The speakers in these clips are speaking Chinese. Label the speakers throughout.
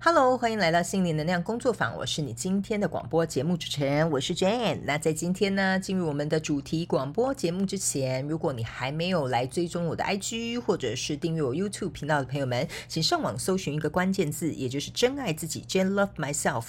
Speaker 1: Hello， 欢迎来到心灵能量工作坊，我是你今天的广播节目主持人，我是 Jane。那在今天呢，进入我们的主题广播节目之前，如果你还没有来追踪我的 IG 或者是订阅我 YouTube 频道的朋友们，请上网搜寻一个关键字，也就是真爱自己 Jane Love Myself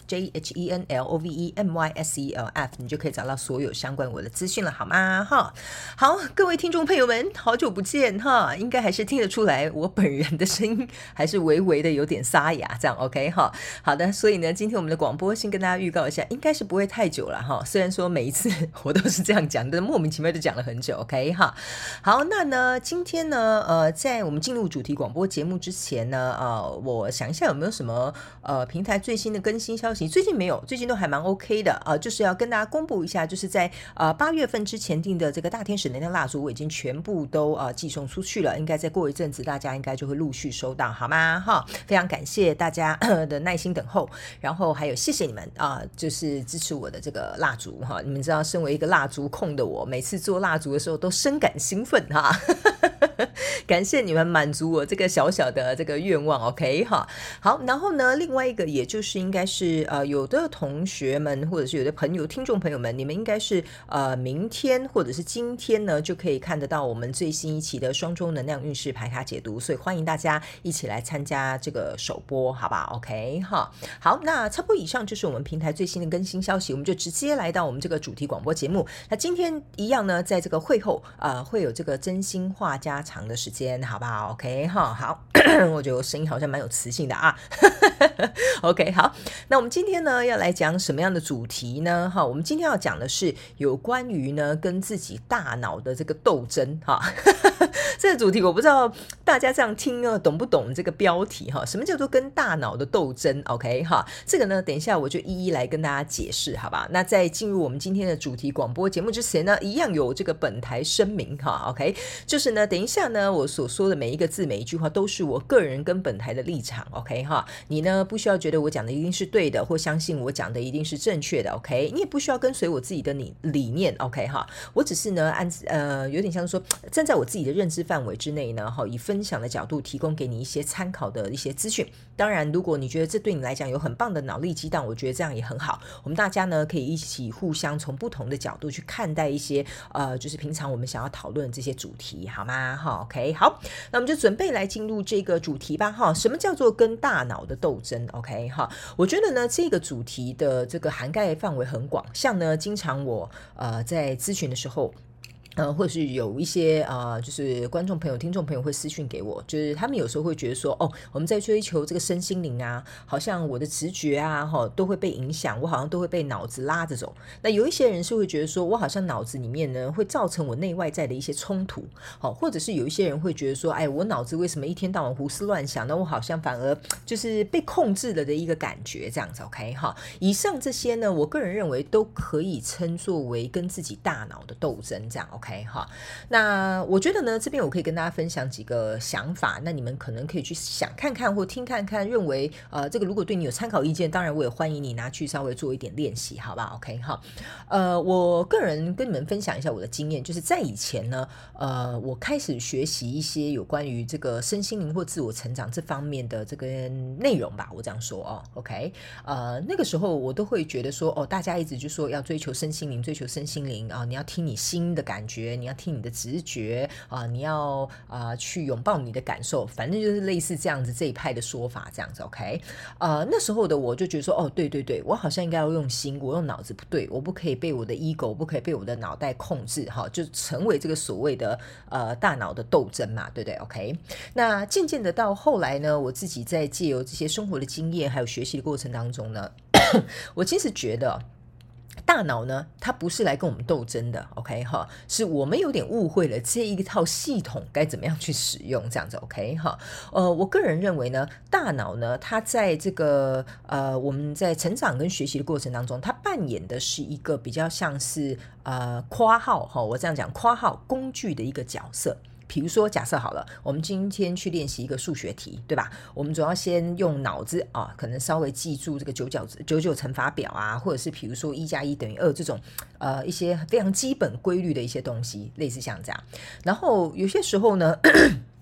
Speaker 1: JHENLOVEMYSELF， 你就可以找到所有相关我的资讯了，好吗？好，各位听众朋友们，好久不见哈，应该还是听得出来我本人的声音还是微微的有点沙哑，这样 OK。好的，所以呢，今天我们的广播先跟大家预告一下，应该是不会太久了哈。虽然说每一次我都是这样讲，但莫名其妙就讲了很久 ，OK 哈。好，那呢，今天呢，在我们进入主题广播节目之前呢，我想一下有没有什么平台最新的更新消息？最近没有，最近都还蛮 OK 的就是要跟大家公布一下，就是在8月份之前订的这个大天使能量蜡烛，我已经全部都寄送出去了，应该再过一阵子，大家应该就会陆续收到，好吗？哈，非常感谢大家的耐心等候，然后还有谢谢你们就是支持我的这个蜡烛哈。你们知道，身为一个蜡烛控的我，每次做蜡烛的时候都深感兴奋哈。感谢你们满足我这个小小的这个愿望 ，OK 哈。好，然后呢，另外一个也就是应该是有的同学们或者是有的朋友、听众朋友们，你们应该是明天或者是今天呢就可以看得到我们最新一期的双周能量运势牌卡解读，所以欢迎大家一起来参加这个首播，好吧 ？OK 哈。好，那差不多以上就是我们平台最新的更新消息，我们就直接来到我们这个主题广播节目。那今天一样呢，在这个会后会有这个真心话家常的时间，好不好 ？OK 哈，好，我觉得我声音好像蛮有磁性的啊。OK， 好，那我们今天呢要来讲什么样的主题呢？哈，我们今天要讲的是有关于呢跟自己大脑的这个斗争哈。这个主题我不知道大家这样听懂不懂这个标题哈？什么叫做跟大脑的斗争 ？OK 哈，这个呢等一下我就一一来跟大家解释，好吧？那在进入我们今天的主题广播节目之前呢，一样有这个本台声明哈 ，OK， 就是呢等一下呢我所说的每一个字每一句话都是我个人跟本台的立场 ，OK 哈，你呢不需要觉得我讲的一定是对的，或相信我讲的一定是正确的 ，OK， 你也不需要跟随我自己的理念 ，OK 哈，我只是呢有点像说站在我自己的认知范围之内呢，以分享的角度提供给你一些参考的一些资讯。当然，如果你觉得这对你来讲有很棒的脑力激荡，我觉得这样也很好。我们大家呢可以一起互相从不同的角度去看待一些就是平常我们想要讨论的这些主题，好吗？哈 ，OK， 好，那我们就准备来进入这个主题吧。哈，什么叫做跟大脑的斗争 ？OK， 哈，我觉得呢这个主题的这个涵盖范围很广，像呢经常我在咨询的时候。或者是有一些就是观众朋友、听众朋友会私讯给我，就是他们有时候会觉得说，我们在追求这个身心灵啊，好像我的直觉啊，都会被影响，我好像都会被脑子拉着走。那有一些人是会觉得说，我好像脑子里面呢会造成我内外在的一些冲突，或者是有一些人会觉得说，哎，我脑子为什么一天到晚胡思乱想，那我好像反而就是被控制了的一个感觉，这样子 OK 哈。以上这些呢，我个人认为都可以称作为跟自己大脑的斗争，这样 OK。那我觉得呢这边我可以跟大家分享几个想法，那你们可能可以去想看看或听看看，认为这个如果对你有参考意见，当然我也欢迎你拿去稍微做一点练习，好吧 OK 哈。我个人跟你们分享一下我的经验，就是在以前呢我开始学习一些有关于这个身心灵或自我成长这方面的这个内容吧，我这样说OK， 那个时候我都会觉得说大家一直就说要追求身心灵，追求身心灵你要听你心的感觉，你要听你的直觉你要去拥抱你的感受，反正就是类似这样子这一派的说法，这样子 OK。那时候的我就觉得说对对对，我好像应该要用心，我用脑子不对，我不可以被我的 ego， 不可以被我的脑袋控制就成为这个所谓的大脑的斗争嘛，对不对 OK。那渐渐的到后来呢，我自己在借由这些生活的经验还有学习的过程当中呢我其实觉得大脑呢它不是来跟我们斗争的 OK 哈，是我们有点误会了这一套系统该怎么样去使用，这样子 OK 哈。我个人认为呢，大脑呢它在这个我们在成长跟学习的过程当中，它扮演的是一个比较像是括号我这样讲括号工具的一个角色。比如说假设好了，我们今天去练习一个数学题，对吧？我们总要先用脑子可能稍微记住这个99乘法表或者是比如说1+1=2这种一些非常基本规律的一些东西，类似像这样。然后有些时候呢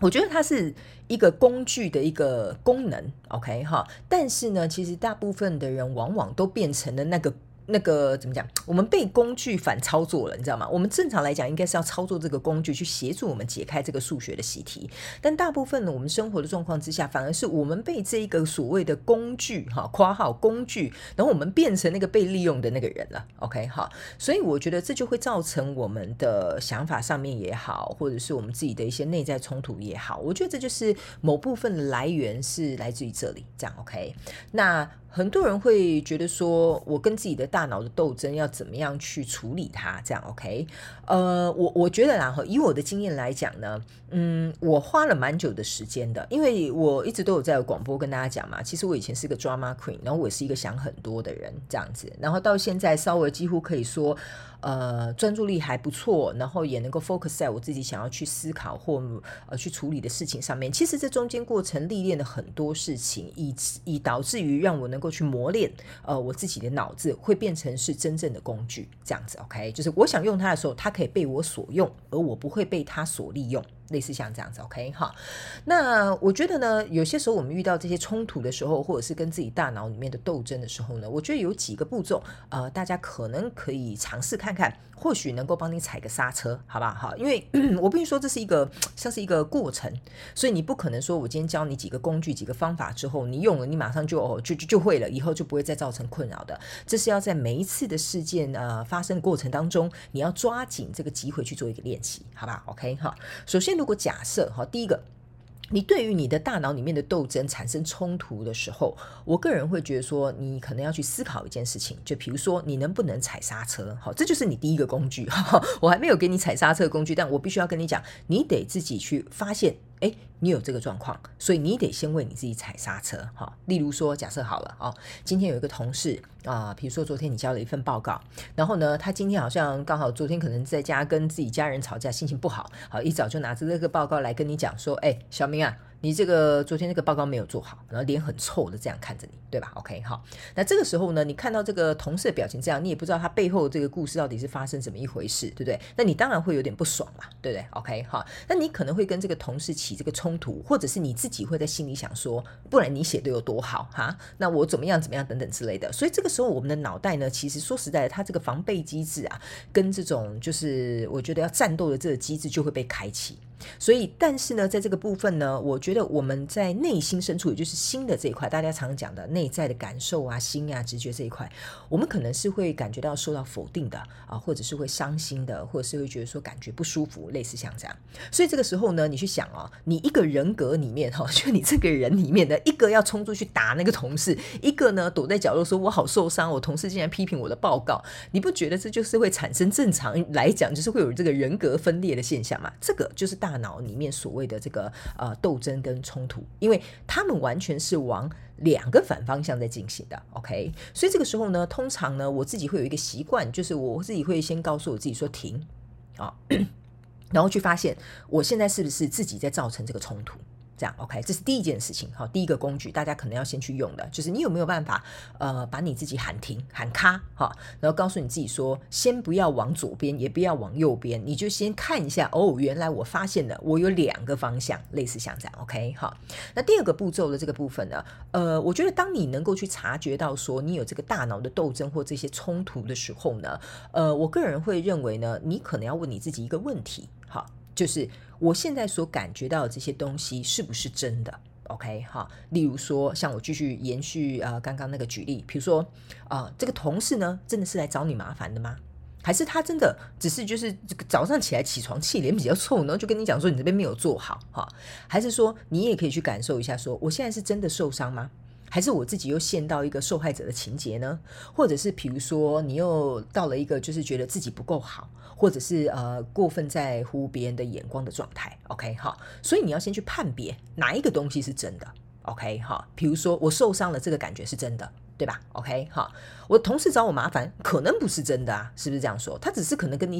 Speaker 1: 我觉得它是一个工具的一个功能 OK 哈，但是呢其实大部分的人往往都变成了那个怎么讲？我们被工具反操作了，你知道吗？我们正常来讲应该是要操作这个工具去协助我们解开这个数学的习题，但大部分呢，我们生活的状况之下，反而是我们被这一个所谓的工具哈（括号工具），然后我们变成那个被利用的那个人了。OK 哈，所以我觉得这就会造成我们的想法上面也好，或者是我们自己的一些内在冲突也好，我觉得这就是某部分的来源是来自于这里，这样 OK。那很多人会觉得说，我跟自己的大脑的斗争要怎么样去处理它，这样 OK？我觉得啦，以我的经验来讲呢，我花了蛮久的时间的，因为我一直都有在广播跟大家讲嘛，其实我以前是个 drama queen， 然后我是一个想很多的人这样子，然后到现在稍微几乎可以说，专注力还不错，然后也能够 focus 在我自己想要去思考或去处理的事情上面。其实这中间过程历练了很多事情，以导致于让我能够去磨练我自己的脑子，会变成是真正的工具，这样子 OK， 就是我想用它的时候，它可以被我所用，而我不会被它所利用。类似像这样子 OK 哈，那我觉得呢，有些时候我们遇到这些冲突的时候，或者是跟自己大脑里面的斗争的时候呢，我觉得有几个步骤大家可能可以尝试看看，或许能够帮你踩个刹车，好不好？因为我必须说这是一个像是一个过程，所以你不可能说我今天教你几个工具几个方法之后，你用了你马上就会了，以后就不会再造成困扰的。这是要在每一次的事件发生的过程当中，你要抓紧这个机会去做一个练习，好不好 OK 哈。首先如果假设第一个，你对于你的大脑里面的斗争产生冲突的时候，我个人会觉得说，你可能要去思考一件事情，就比如说你能不能踩刹车，这就是你第一个工具。我还没有给你踩刹车的工具，但我必须要跟你讲，你得自己去发现，你有这个状况，所以你得先为你自己踩刹车。例如说，假设好了今天有一个同事比如说昨天你交了一份报告，然后呢，他今天好像刚好昨天可能在家跟自己家人吵架，心情不好，一早就拿着这个报告来跟你讲说，小明啊，你这个昨天那个报告没有做好，然后脸很臭的这样看着你，对吧 OK 好，那这个时候呢，你看到这个同事的表情这样，你也不知道他背后这个故事到底是发生怎么一回事，对不对？那你当然会有点不爽嘛，对不对 OK 好，那你可能会跟这个同事起这个冲突，或者是你自己会在心里想说，不然你写的有多好哈，那我怎么样等等之类的。所以这个时候我们的脑袋呢，其实说实在的，它这个防备机制跟这种就是我觉得要战斗的这个机制就会被开启。所以但是呢，在这个部分呢，我觉得我们在内心深处，也就是心的这一块，大家常讲的内在的感受心直觉这一块，我们可能是会感觉到受到否定的或者是会伤心的，或者是会觉得说感觉不舒服，类似像这样。所以这个时候呢，你去想你一个人格里面就你这个人里面的一个要冲出去打那个同事，一个呢躲在角落说我好受伤，我同事竟然批评我的报告，你不觉得这就是会产生正常来讲就是会有这个人格分裂的现象吗？这个就是大脑里面所谓的这个斗争跟冲突，因为他们完全是往两个反方向在进行的 OK， 所以这个时候呢，通常呢我自己会有一个习惯，就是我自己会先告诉我自己说停然后去发现我现在是不是自己在造成这个冲突，这样 OK， 这是第一件事情第一个工具大家可能要先去用的，就是你有没有办法把你自己喊停喊卡然后告诉你自己说，先不要往左边也不要往右边，你就先看一下原来我发现了我有两个方向，类似像这样 OK 好。那第二个步骤的这个部分呢我觉得当你能够去察觉到说你有这个大脑的斗争或这些冲突的时候呢我个人会认为呢，你可能要问你自己一个问题就是我现在所感觉到的这些东西是不是真的 OK 好，例如说像我继续延续刚刚那个举例，比如说这个同事呢真的是来找你麻烦的吗？还是他真的只是就是早上起来起床气脸比较臭，然后就跟你讲说你这边没有做好还是说你也可以去感受一下说，我现在是真的受伤吗？还是我自己又陷到一个受害者的情节呢？或者是比如说你又到了一个就是觉得自己不够好，或者是过分在乎别人的眼光的状态 OK 好，所以你要先去判别哪一个东西是真的 OK 好，比如说我受伤了，这个感觉是真的对吧 OK 好，我同事找我麻烦可能不是真的是不是这样说？他只是可能跟你讲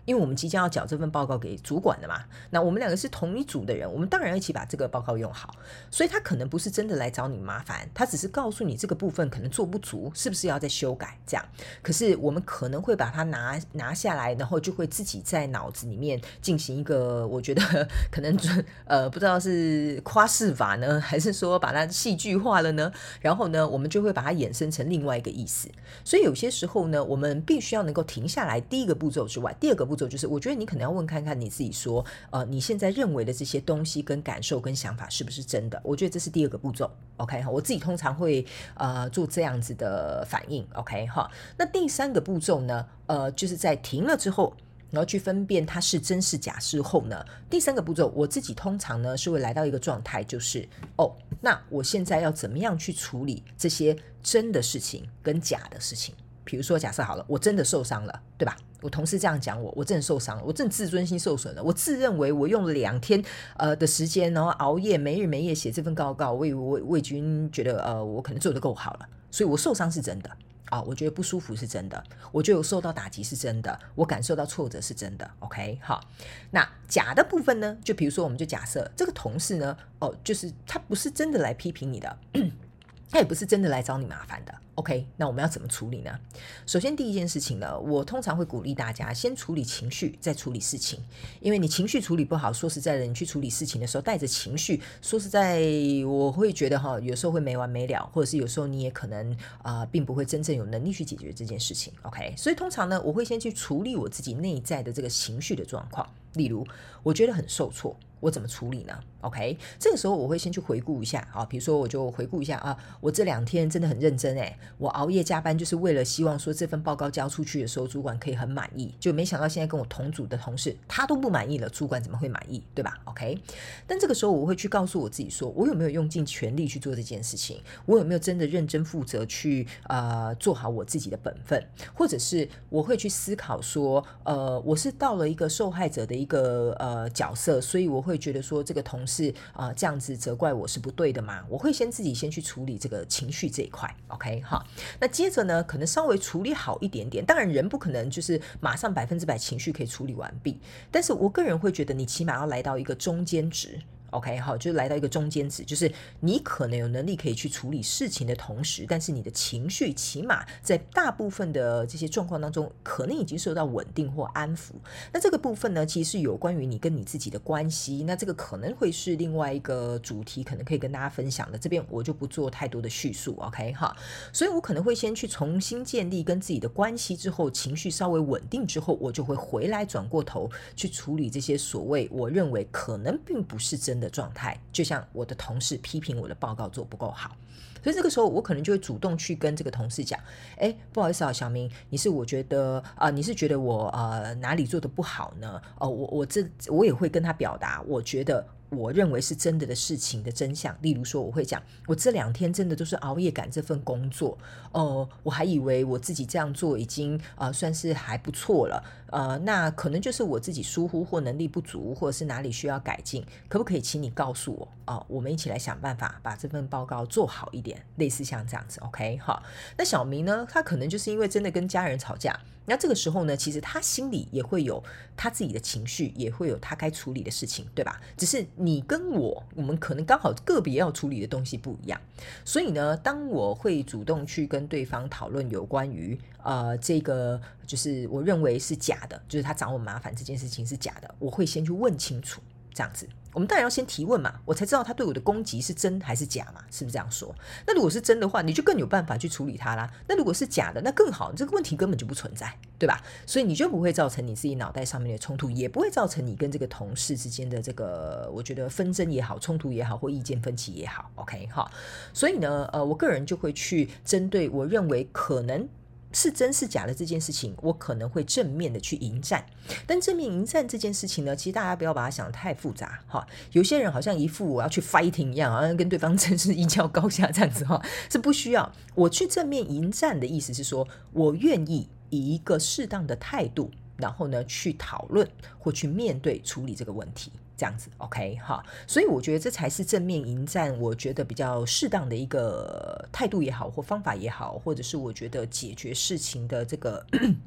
Speaker 1: 因为我们即将要缴这份报告给主管的嘛，那我们两个是同一组的人，我们当然要一起把这个报告用好，所以他可能不是真的来找你麻烦，他只是告诉你这个部分可能做不足，是不是要再修改这样。可是我们可能会把它拿下来，然后就会自己在脑子里面进行一个，我觉得可能不知道是夸饰法呢，还是说把它戏剧化了呢，然后呢我们就会把它衍生成另外一个意思。所以有些时候呢，我们必须要能够停下来，第一个步骤之外，第二个步骤就是我觉得你可能要问看看你自己说你现在认为的这些东西跟感受跟想法是不是真的，我觉得这是第二个步骤。 OK， 我自己通常会做这样子的反应。 OK， 那第三个步骤呢就是在停了之后，然后去分辨它是真是假之后呢，第三个步骤我自己通常呢是会来到一个状态，就是那我现在要怎么样去处理这些真的事情跟假的事情。比如说假设好了，我真的受伤了，对吧？我同事这样讲我真的受伤了，我真的自尊心受损了，我自认为我用了2天的时间，然后熬夜没日没夜写这份报告，我已经觉得我可能做得够好了，所以我受伤是真的我觉得不舒服是真的，我觉得我受到打击是真的，我感受到挫折是真的。 OK， 好，那假的部分呢，就比如说我们就假设这个同事呢就是他不是真的来批评你的他也不是真的来找你麻烦的。 OK， 那我们要怎么处理呢？首先第一件事情呢，我通常会鼓励大家先处理情绪再处理事情，因为你情绪处理不好，说实在的，你去处理事情的时候带着情绪，说实在我会觉得有时候会没完没了，或者是有时候你也可能并不会真正有能力去解决这件事情。 OK， 所以通常呢我会先去处理我自己内在的这个情绪的状况，例如我觉得很受挫，我怎么处理呢？ OK， 这个时候我会先去回顾一下比如说我就回顾一下我这2天真的很认真我熬夜加班就是为了希望说这份报告交出去的时候主管可以很满意，就没想到现在跟我同组的同事他都不满意了，主管怎么会满意，对吧？ OK， 但这个时候我会去告诉我自己说，我有没有用尽全力去做这件事情，我有没有真的认真负责去做好我自己的本分，或者是我会去思考说我是到了一个受害者的一个角色，所以我会觉得说这个同事这样子责怪我是不对的嘛，我会自己先去处理这个情绪这一块。 OK， 好，那接着呢可能稍微处理好一点点，当然人不可能就是马上100%情绪可以处理完毕，但是我个人会觉得你起码要来到一个中间值。OK， 好，就是来到一个中间值，就是你可能有能力可以去处理事情的同时，但是你的情绪起码在大部分的这些状况当中可能已经受到稳定或安抚。那这个部分呢其实是有关于你跟你自己的关系，那这个可能会是另外一个主题，可能可以跟大家分享的，这边我就不做太多的叙述。 OK， 好，所以我可能会先去重新建立跟自己的关系之后，情绪稍微稳定之后，我就会回来转过头去处理这些所谓我认为可能并不是真的状态，就像我的同事批评我的报告做不够好，所以这个时候我可能就会主动去跟这个同事讲，不好意思小明，你是觉得我哪里做得不好呢？我也会跟他表达我觉得我认为是真的事情的真相，例如说我会讲我这2天真的都是熬夜赶这份工作我还以为我自己这样做已经算是还不错了那可能就是我自己疏忽或能力不足，或者是哪里需要改进，可不可以请你告诉我我们一起来想办法把这份报告做好一点，类似像这样子。 OK， 好，那小明呢他可能就是因为真的跟家人吵架，那这个时候呢其实他心里也会有他自己的情绪，也会有他该处理的事情，对吧？只是你跟我们可能刚好个别要处理的东西不一样，所以呢当我会主动去跟对方讨论有关于这个就是我认为是假的，就是他找我麻烦这件事情是假的，我会先去问清楚，这样子我们当然要先提问嘛，我才知道他对我的攻击是真还是假嘛，是不是这样说？那如果是真的话，你就更有办法去处理它啦，那如果是假的那更好，这个问题根本就不存在，对吧？所以你就不会造成你自己脑袋上面的冲突，也不会造成你跟这个同事之间的这个我觉得纷争也好，冲突也好，或意见分歧也好。 OK， 好，所以呢我个人就会去针对我认为可能是真是假的这件事情，我可能会正面的去迎战。但正面迎战这件事情呢，其实大家不要把它想得太复杂有些人好像一副我要去 fighting 一样，好像跟对方真是一较高下这样子是不需要。我去正面迎战的意思是说，我愿意以一个适当的态度，然后呢去讨论或去面对处理这个问题，这样子。 OK， 好，所以我觉得这才是正面迎战我觉得比较适当的一个态度也好，或方法也好，或者是我觉得解决事情的这个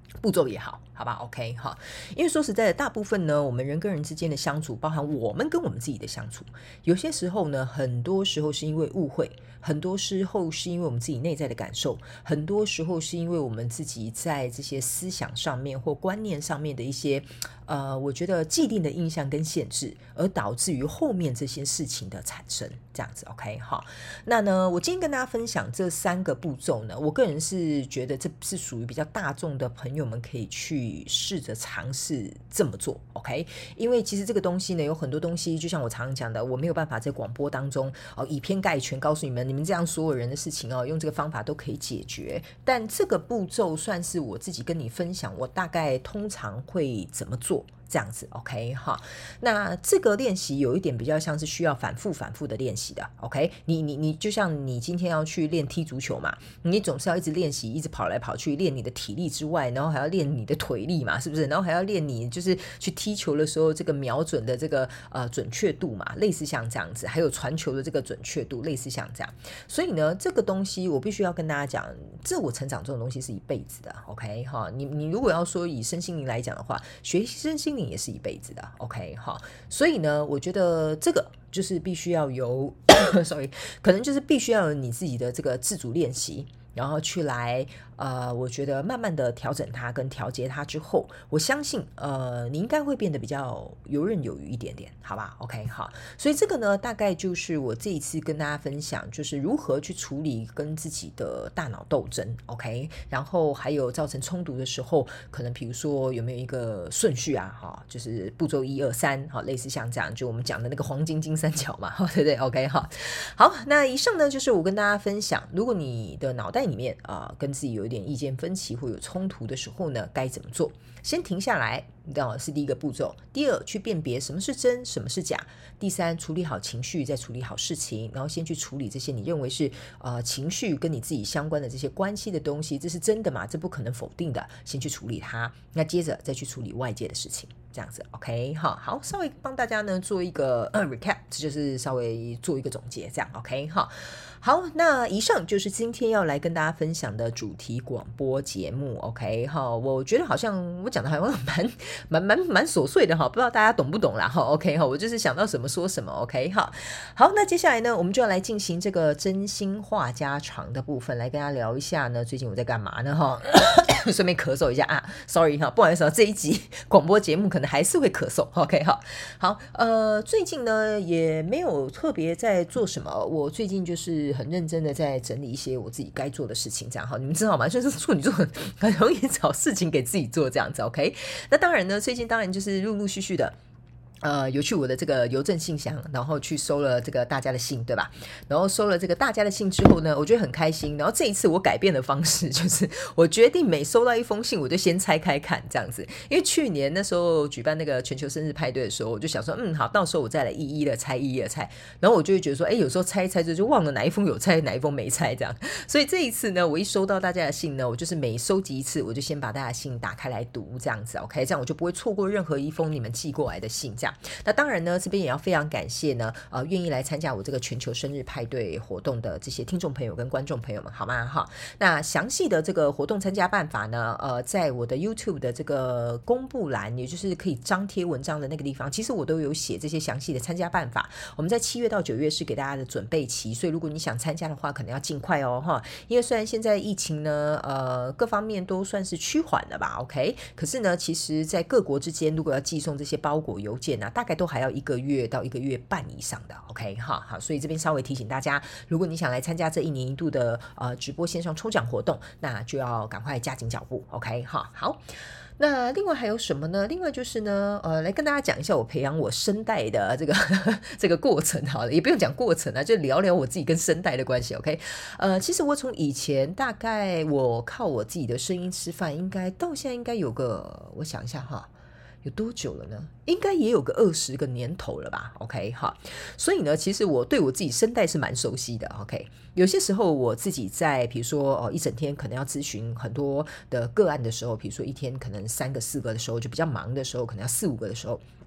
Speaker 1: 步骤也好，好吧 ，OK 哈。因为说实在的，大部分呢，我们人跟人之间的相处，包含我们跟我们自己的相处，有些时候呢，很多时候是因为误会，很多时候是因为我们自己内在的感受，很多时候是因为我们自己在这些思想上面或观念上面的一些我觉得既定的印象跟限制，而导致于后面这些事情的产生，这样子 OK 哈。那呢，我今天跟大家分享这3个步骤呢，我个人是觉得这是属于比较大众的朋友们可以去试着尝试这么做 OK。因为其实这个东西呢，有很多东西，就像我常常讲的，我没有办法在广播当中以偏概全告诉你们，你们这样所有人的事情用这个方法都可以解决。但这个步骤算是我自己跟你分享，我大概通常会怎么做。这样子 OK 哈。那这个练习有一点比较像是需要反复的练习的 OK。 你就像你今天要去练踢足球嘛，你总是要一直练习，一直跑来跑去练你的体力之外，然后还要练你的腿力嘛，是不是？然后还要练你就是去踢球的时候这个瞄准的这个准确度嘛，类似像这样子，还有传球的这个准确度，类似像这样。所以呢，这个东西我必须要跟大家讲，自我成长这种东西是一辈子的 OK 哈。你如果要说以身心灵来讲的话，学习身心灵也是一辈子的 OK 哈。所以呢，我觉得这个就是必须要有sorry， 可能就是必须要有你自己的这个自主练习，然后去来我觉得慢慢的调整它跟调节它之后，我相信你应该会变得比较游刃有余一点点，好吧 OK 好。所以这个呢，大概就是我这一次跟大家分享，就是如何去处理跟自己的大脑斗争 OK。 然后还有造成冲突的时候，可能比如说有没有一个顺序啊，就是步骤1、2、3，类似像这样，就我们讲的那个黄金金三角嘛，对不对 OK 好。那以上呢就是我跟大家分享，如果你的脑袋里面跟自己有一点意见分歧或有冲突的时候呢，该怎么做？先停下来是第一个步骤。第2，去辨别什么是真，什么是假。第3，处理好情绪，再处理好事情，然后先去处理这些你认为是情绪跟你自己相关的这些关系的东西，这是真的嘛？这不可能否定的，先去处理它。那接着再去处理外界的事情，这样子 OK 好，稍微帮大家呢做一个recap， 这就是稍微做一个总结，这样 OK 好，那以上就是今天要来跟大家分享的主题广播节目 OK 我觉得好像我讲的好像蛮琐碎的不知道大家懂不懂啦OK 我就是想到什么说什么 OK 好，那接下来呢，我们就要来进行这个真心话家常的部分，来跟大家聊一下呢，最近我在干嘛呢顺便咳嗽一下sorry 不好意思这一集广播节目可能还是会咳嗽 OK 好最近呢也没有特别在做什么，我最近就是很认真的在整理一些我自己该做的事情，这样你们知道吗？就是处女座很容易找事情给自己做这样子 OK。 那当然呢，最近当然就是陆陆续续的有去我的这个邮政信箱，然后去收了这个大家的信，对吧？然后收了这个大家的信之后呢，我觉得很开心。然后这一次我改变的方式就是，我决定每收到一封信，我就先拆开看这样子。因为去年那时候举办那个全球生日派对的时候，我就想说，好，到时候我再来一一的拆。然后我就会觉得说，有时候拆一拆就忘了哪一封有拆，哪一封没拆这样。所以这一次呢，我一收到大家的信呢，我就是每收集一次，我就先把大家的信打开来读这样子 OK， 这样我就不会错过任何一封你们寄过来的信这样。那当然呢，这边也要非常感谢呢，愿意来参加我这个全球生日派对活动的这些听众朋友跟观众朋友们，好吗？那详细的这个活动参加办法呢，在我的 YouTube 的这个公布栏，也就是可以张贴文章的那个地方，其实我都有写这些详细的参加办法。我们在7月到9月是给大家的准备期，所以如果你想参加的话，可能要尽快因为虽然现在疫情呢，各方面都算是趋缓了吧 OK， 可是呢，其实在各国之间如果要寄送这些包裹邮件大概都还要1个月到1个月半以上的 OK 好，所以这边稍微提醒大家，如果你想来参加这1年1度的直播线上抽奖活动，那就要赶快加紧脚步 OK 好。那另外还有什么呢？另外就是呢，来跟大家讲一下我培养我声带的这个过程好了，也不用讲过程就聊聊我自己跟声带的关系 OK。其实我从以前大概我靠我自己的声音吃饭，应该到现在应该有个，我想一下有多久了呢？应该也有个20个年头了吧 OK 所以呢，其实我对我自己声带是蛮熟悉的 OK。 有些时候我自己在比如说一整天可能要咨询很多的个案的时候，比如说一天可能3个4个的时候，就比较忙的时候，可能要4、5个的时候，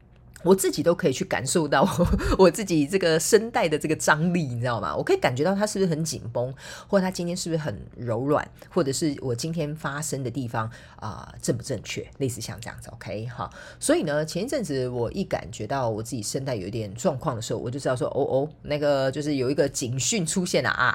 Speaker 1: 我自己都可以去感受到我自己这个声带的这个张力，你知道吗？我可以感觉到它是不是很紧绷，或者它今天是不是很柔软，或者是我今天发声的地方正不正确，类似像这样子 OK 好。所以呢，前一阵子我一感觉到我自己声带有一点状况的时候，我就知道说那个就是有一个警讯出现了啊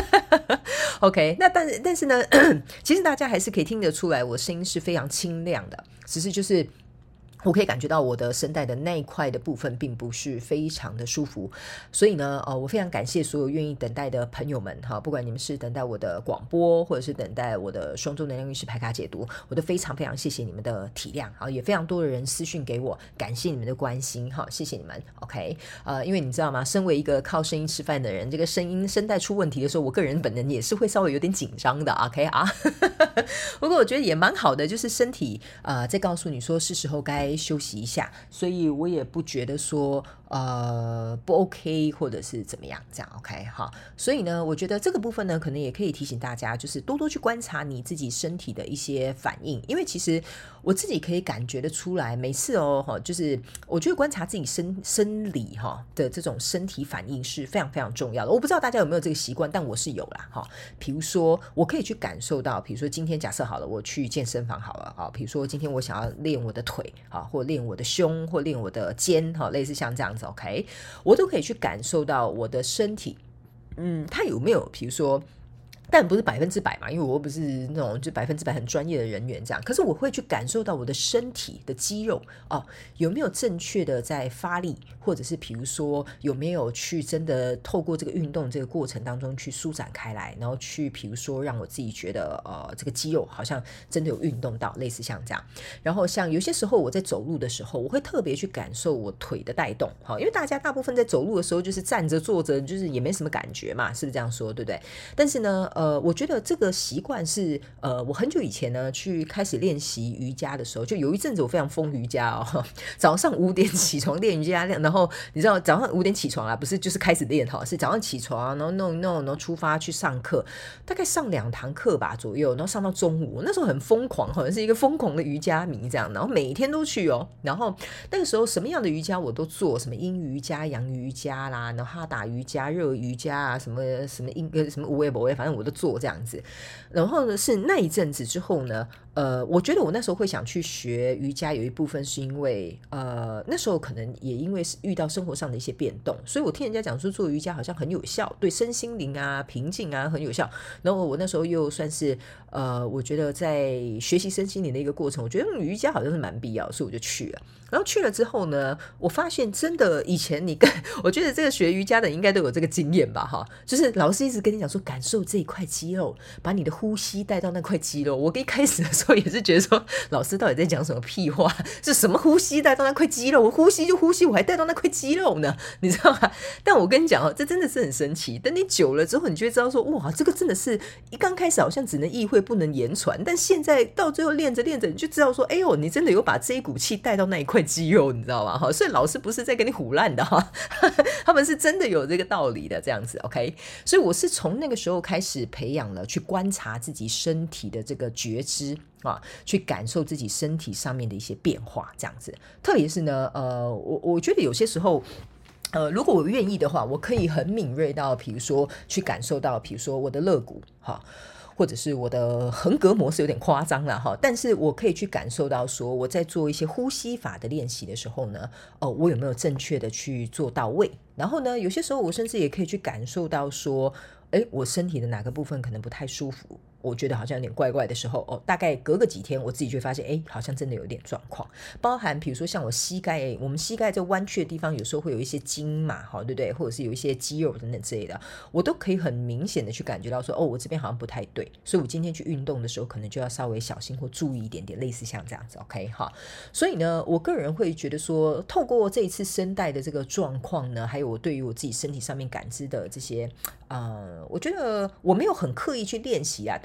Speaker 1: OK， 那但是呢其实大家还是可以听得出来我声音是非常清亮的，只是就是我可以感觉到我的声带的那一块的部分并不是非常的舒服，所以呢，我非常感谢所有愿意等待的朋友们哈，不管你们是等待我的广播，或者是等待我的双周能量运势牌卡解读，我都非常非常谢谢你们的体谅，好，也非常多的人私讯给我，感谢你们的关心哈，谢谢你们 OK， 因为你知道吗？身为一个靠声音吃饭的人，这个声带出问题的时候，我个人本人也是会稍微有点紧张的 OK 啊，不过我觉得也蛮好的，就是身体在告诉你说是时候该休息一下，所以我也不觉得说不 OK 或者是怎么样这样 OK 好，所以呢我觉得这个部分呢可能也可以提醒大家，就是多多去观察你自己身体的一些反应，因为其实我自己可以感觉得出来，每次就是我觉得观察自己生理的这种身体反应是非常非常重要的，我不知道大家有没有这个习惯，但我是有啦比如说我可以去感受到，比如说今天假设好了我去健身房好了比如说今天我想要练我的腿或练我的胸或练我的肩类似像这样子 OK， 我都可以去感受到我的身体它有没有比如说，但不是100%嘛，因为我不是那种就100%很专业的人员这样，可是我会去感受到我的身体的肌肉有没有正确的在发力，或者是比如说有没有去真的透过这个运动这个过程当中去舒展开来，然后去比如说让我自己觉得这个肌肉好像真的有运动到，类似像这样。然后像有些时候我在走路的时候，我会特别去感受我腿的带动因为大家大部分在走路的时候就是站着坐着，就是也没什么感觉嘛，是不是这样说，对不对？但是呢我觉得这个习惯是我很久以前呢去开始练习瑜伽的时候，就有一阵子我非常疯瑜伽早上5点起床练瑜伽，然后你知道早上5点起床啦，不是就是开始练是早上起床，然后弄一弄，然后出发去上课，大概上2堂课吧左右，然后上到中午，那时候很疯狂，好像是一个疯狂的瑜伽迷这样，然后每天都去然后那个时候什么样的瑜伽我都做，什么阴瑜伽、阳瑜伽啦，然后哈达瑜伽、热瑜伽什么无为不为，反正我都做这样子。然后呢是那一阵子之后呢我觉得我那时候会想去学瑜伽，有一部分是因为那时候可能也因为是遇到生活上的一些变动，所以我听人家讲说做瑜伽好像很有效，对身心灵平静很有效，然后我那时候又算是我觉得在学习身心灵的一个过程，我觉得瑜伽好像是蛮必要，所以我就去了。然后去了之后呢，我发现真的以前我觉得这个学瑜伽的应该都有这个经验吧就是老师一直跟你讲说感受这一块肌肉，把你的呼吸带到那块肌肉。我一开始的时候也是觉得说老师到底在讲什么屁话，是什么呼吸带到那块肌肉，我呼吸就呼吸，我还带到那块肌肉呢，你知道吗？但我跟你讲这真的是很神奇，等你久了之后你就会知道说哇，这个真的是一刚开始好像只能意会不能言传，但现在到最后练着练着你就知道说哎呦，你真的有把这一股气带到那一块肌肉，你知道吗？所以老师不是在跟你唬烂的他们是真的有这个道理的这样子 OK。 所以我是从那个时候开始培养了去观察自己身体的这个觉知去感受自己身体上面的一些变化这样子。特别是呢我觉得有些时候如果我愿意的话，我可以很敏锐到比如说去感受到比如说我的肋骨或者是我的横膈膜是有点夸张了但是我可以去感受到说我在做一些呼吸法的练习的时候呢我有没有正确的去做到位，然后呢有些时候我甚至也可以去感受到说我身体的哪个部分可能不太舒服，我觉得好像有点怪怪的时候大概隔个几天我自己就会发现好像真的有点状况，包含比如说像我膝盖，我们膝盖这弯曲的地方有时候会有一些筋嘛对不对，或者是有一些肌肉等等之类的，我都可以很明显的去感觉到说我这边好像不太对，所以我今天去运动的时候可能就要稍微小心或注意一点点，类似像这样子 OK 所以呢我个人会觉得说透过这一次声带的这个状况呢，还有我对于我自己身体上面感知的这些我觉得我没有很刻意去练习但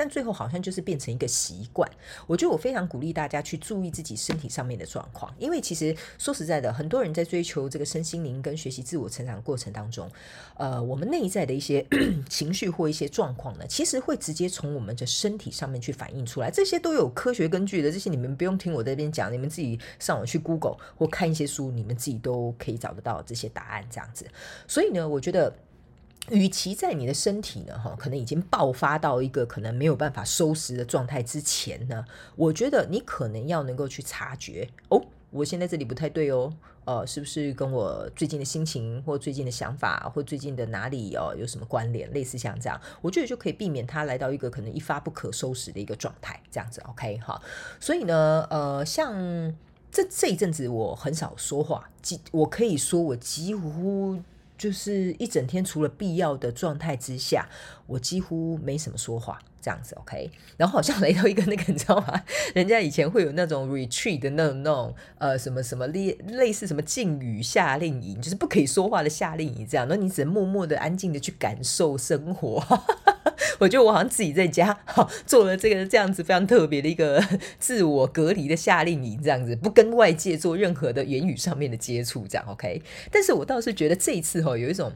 Speaker 1: 但最后好像就是变成一个习惯。我觉得我非常鼓励大家去注意自己身体上面的状况，因为其实说实在的，很多人在追求这个身心灵跟学习自我成长的过程当中，我们内在的一些情绪或一些状况呢，其实会直接从我们的身体上面去反映出来，这些都有科学根据的，这些你们不用听我在这边讲，你们自己上网去 Google 或看一些书，你们自己都可以找得到这些答案这样子。所以呢，我觉得与其在你的身体呢可能已经爆发到一个可能没有办法收拾的状态之前呢，我觉得你可能要能够去察觉我现在这里不太对是不是跟我最近的心情或最近的想法或最近的哪里有什么关联，类似像这样，我觉得就可以避免它来到一个可能一发不可收拾的一个状态这样子 OK 哈。所以呢像这一阵子我很少说话，我可以说我几乎就是一整天除了必要的状态之下，我几乎没什么说话这样子 OK。 然后好像来到一个那个你知道吗，人家以前会有那种 retreat 的那种什么什么类似什么禁语夏令营，就是不可以说话的夏令营这样，然后你只能默默的安静的去感受生活我觉得我好像自己在家做了这样子非常特别的一个自我隔离的夏令营这样子，不跟外界做任何的言语上面的接触这样 OK。 但是我倒是觉得这一次有一种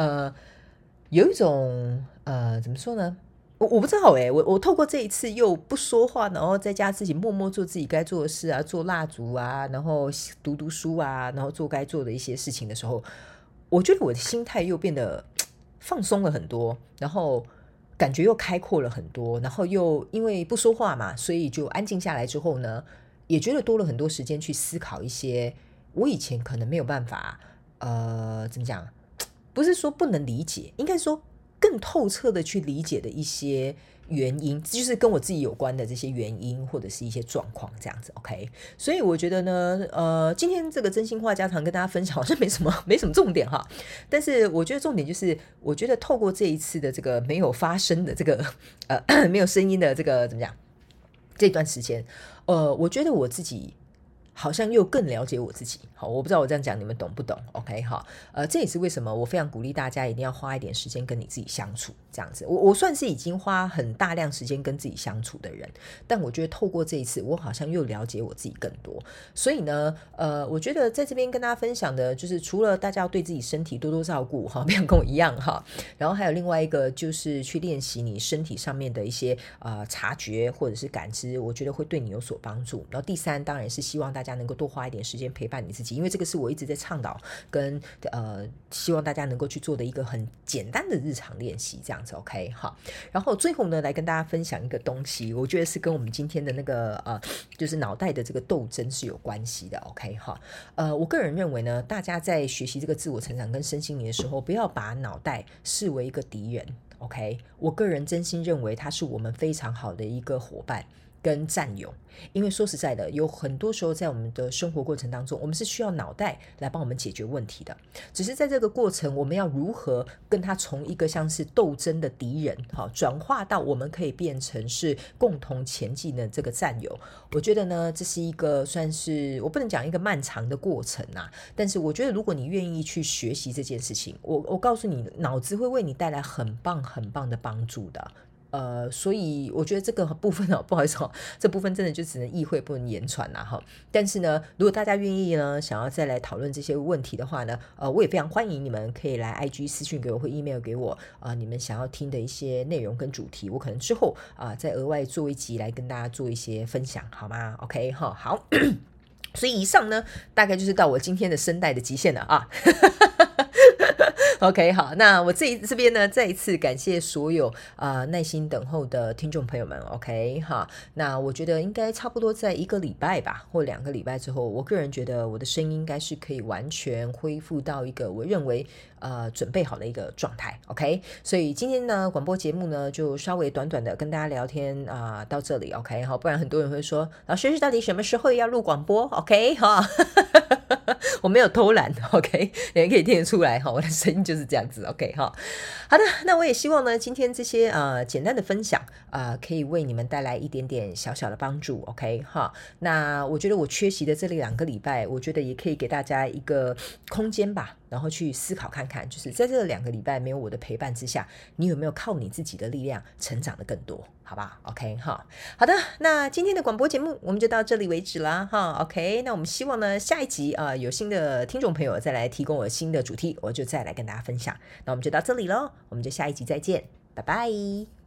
Speaker 1: 怎么说呢，我不知道我透过这一次又不说话，然后在家自己默默做自己该做的事啊，做蜡烛啊，然后读书啊，然后做该做的一些事情的时候，我觉得我的心态又变得放松了很多，然后感觉又开阔了很多，然后又因为不说话嘛，所以就安静下来之后呢，也觉得多了很多时间去思考一些我以前可能没有办法怎么讲，不是说不能理解，应该说更透彻的去理解的一些原因，就是跟我自己有关的这些原因或者是一些状况这样子 OK。 所以我觉得呢今天这个真心话家常跟大家分享好像没什么重点哈，但是我觉得重点就是我觉得透过这一次的这个没有发声的这个没有声音的这个怎么讲这段时间我觉得我自己好像又更了解我自己。好，我不知道我这样讲你们懂不懂 OK 好，这也是为什么我非常鼓励大家一定要花一点时间跟你自己相处这样子。我算是已经花很大量时间跟自己相处的人，但我觉得透过这一次我好像又了解我自己更多。所以呢我觉得在这边跟大家分享的就是除了大家要对自己身体多多照顾哈，不要跟我一样哈，然后还有另外一个就是去练习你身体上面的一些察觉或者是感知，我觉得会对你有所帮助。然后第三当然是希望大家能够多花一点时间陪伴你自己，因为这个是我一直在倡导跟希望大家能够去做的一个很简单的日常练习这样子 OK 好。然后最后呢来跟大家分享一个东西，我觉得是跟我们今天的那个就是脑袋的这个斗争是有关系的 OK 好。我个人认为呢，大家在学习这个自我成长跟身心灵的时候，不要把脑袋视为一个敌人 OK。 我个人真心认为它是我们非常好的一个伙伴跟战友，因为说实在的，有很多时候在我们的生活过程当中，我们是需要脑袋来帮我们解决问题的，只是在这个过程我们要如何跟他从一个像是斗争的敌人转化到我们可以变成是共同前进的这个战友。我觉得呢这是一个算是我不能讲一个漫长的过程但是我觉得如果你愿意去学习这件事情，我告诉你，脑子会为你带来很棒很棒的帮助的。所以我觉得这个部分不好意思这部分真的就只能意会不能言传但是呢如果大家愿意呢想要再来讨论这些问题的话呢我也非常欢迎你们可以来 IG 私讯给我或 email 给我你们想要听的一些内容跟主题，我可能之后再额外做一集来跟大家做一些分享好吗 OK 好所以以上呢大概就是到我今天的声带的极限了OK 好，那我这边呢再一次感谢所有耐心等候的听众朋友们 OK 好，那我觉得应该差不多在1个礼拜吧或2个礼拜之后，我个人觉得我的声音应该是可以完全恢复到一个我认为准备好的一个状态 OK。 所以今天呢广播节目呢就稍微短短的跟大家聊天到这里 OK 好，不然很多人会说老师到底什么时候要录广播 OK 好我没有偷懒 OK， 你们可以听得出来我的声音就是这样子 OK 好的，那我也希望呢今天这些简单的分享可以为你们带来一点点小小的帮助 OK 好。那我觉得我缺席的这2个礼拜，我觉得也可以给大家一个空间吧然后去思考看看，就是在这2个礼拜没有我的陪伴之下，你有没有靠你自己的力量成长的更多，好吧 OK 哈，好的，那今天的广播节目我们就到这里为止啦哈 OK， 那我们希望呢下一集有新的听众朋友再来提供我新的主题，我就再来跟大家分享，那我们就到这里咯，我们就下一集再见，拜拜。